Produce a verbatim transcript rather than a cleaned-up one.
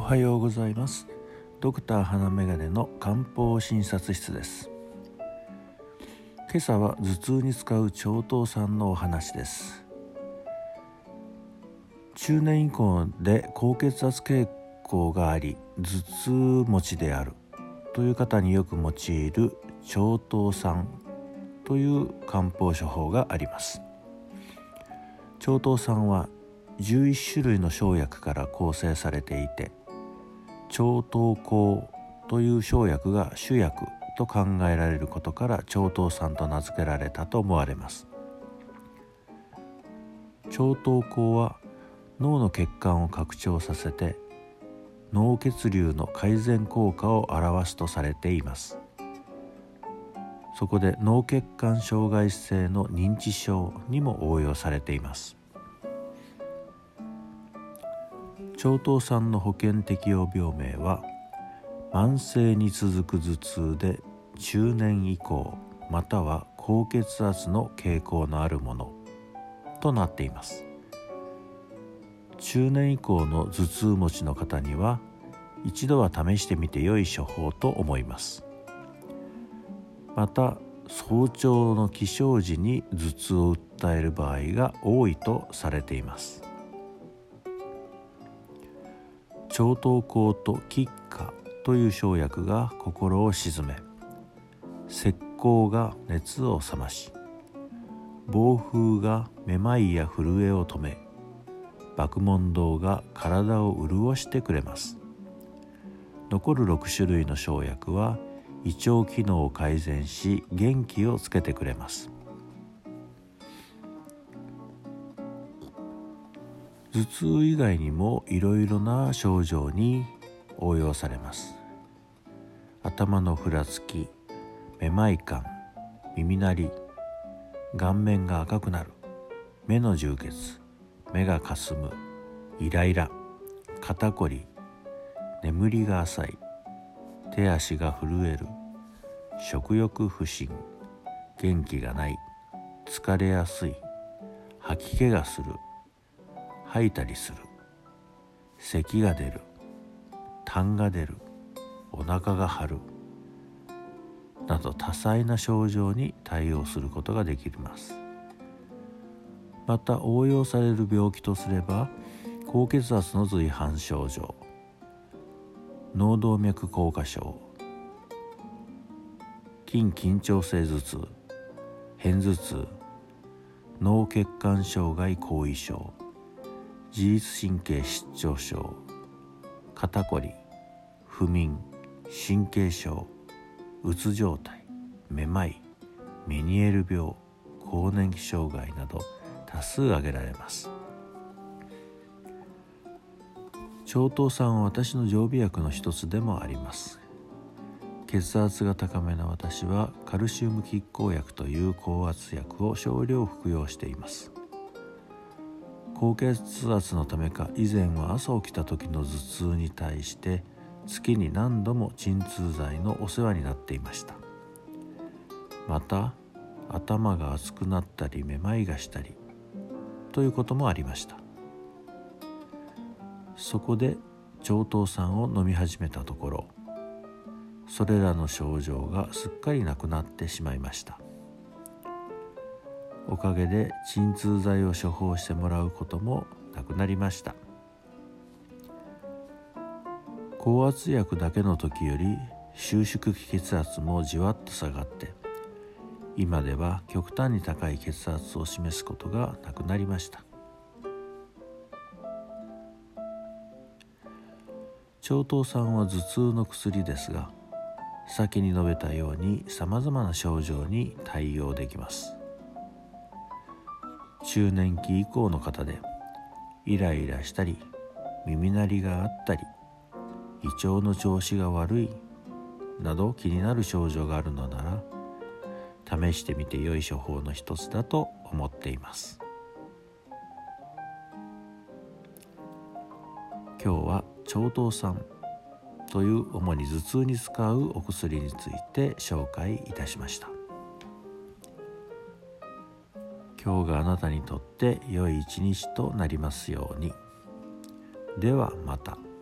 はようございます。ドクター花眼鏡の漢方診察室です。今朝は頭痛に使う長頭酸のお話です。中年以降で高血圧傾向があり、頭痛持ちであるという方によく用いる長頭酸という漢方処方があります。長頭酸はじゅういち種類の生薬から構成されていて、長頭香という生薬が主薬と考えられることから長頭酸と名付けられたと思われます。長頭香は脳の血管を拡張させて脳血流の改善効果を表すとされています。そこで脳血管障害性の認知症にも応用されています。長頭酸の保険適用病名は慢性に続く頭痛で中年以降または高血圧の傾向のあるものとなっています。中年以降の頭痛持ちの方には一度は試してみて良い処方と思います。また早朝の起床時に頭痛を訴える場合が多いとされています。長頭香と菊花という生薬が心を鎮め、石膏が熱を冷まし、防風がめまいや震えを止め、麦門冬が体を潤してくれます。残るろく種類の生薬は胃腸機能を改善し元気をつけてくれます。頭痛以外にもいろいろな症状に応用されます。頭のふらつき、めまい感、耳鳴り、顔面が赤くなる、目の充血、目がかすむ、イライラ、肩こり、眠りが浅い、手足が震える、食欲不振、元気がない、疲れやすい、吐き気がする、吐いたりする、咳が出る、痰が出る、お腹が張るなど多彩な症状に対応することができます。また応用される病気とすれば高血圧の随伴症状、脳動脈硬化症、筋緊張性頭痛、片頭痛、脳血管障害後遺症、自律神経失調症、肩こり、不眠、神経症、うつ状態、めまい、メニエール病、更年期障害など多数挙げられます。長頭酸は私の常備薬の一つでもあります。血圧が高めな私はカルシウム拮抗薬という高圧薬を少量服用しています。高血圧のためか以前は朝起きた時の頭痛に対して月に何度も鎮痛剤のお世話になっていました。また頭が熱くなったりめまいがしたりということもありました。そこで長頭酸を飲み始めたところ、それらの症状がすっかりなくなってしまいました。おかげで鎮痛剤を処方してもらうこともなくなりました。高圧薬だけの時より収縮期血圧もじわっと下がって、今では極端に高い血圧を示すことがなくなりました。長頭酸は頭痛の薬ですが、先に述べたようにさまざまな症状に対応できます。中年期以降の方でイライラしたり、耳鳴りがあったり、胃腸の調子が悪いなど気になる症状があるのなら、試してみて良い処方の一つだと思っています。今日は長頭酸という主に頭痛に使うお薬について紹介いたしました。今日があなたにとって良い一日となりますように。ではまた。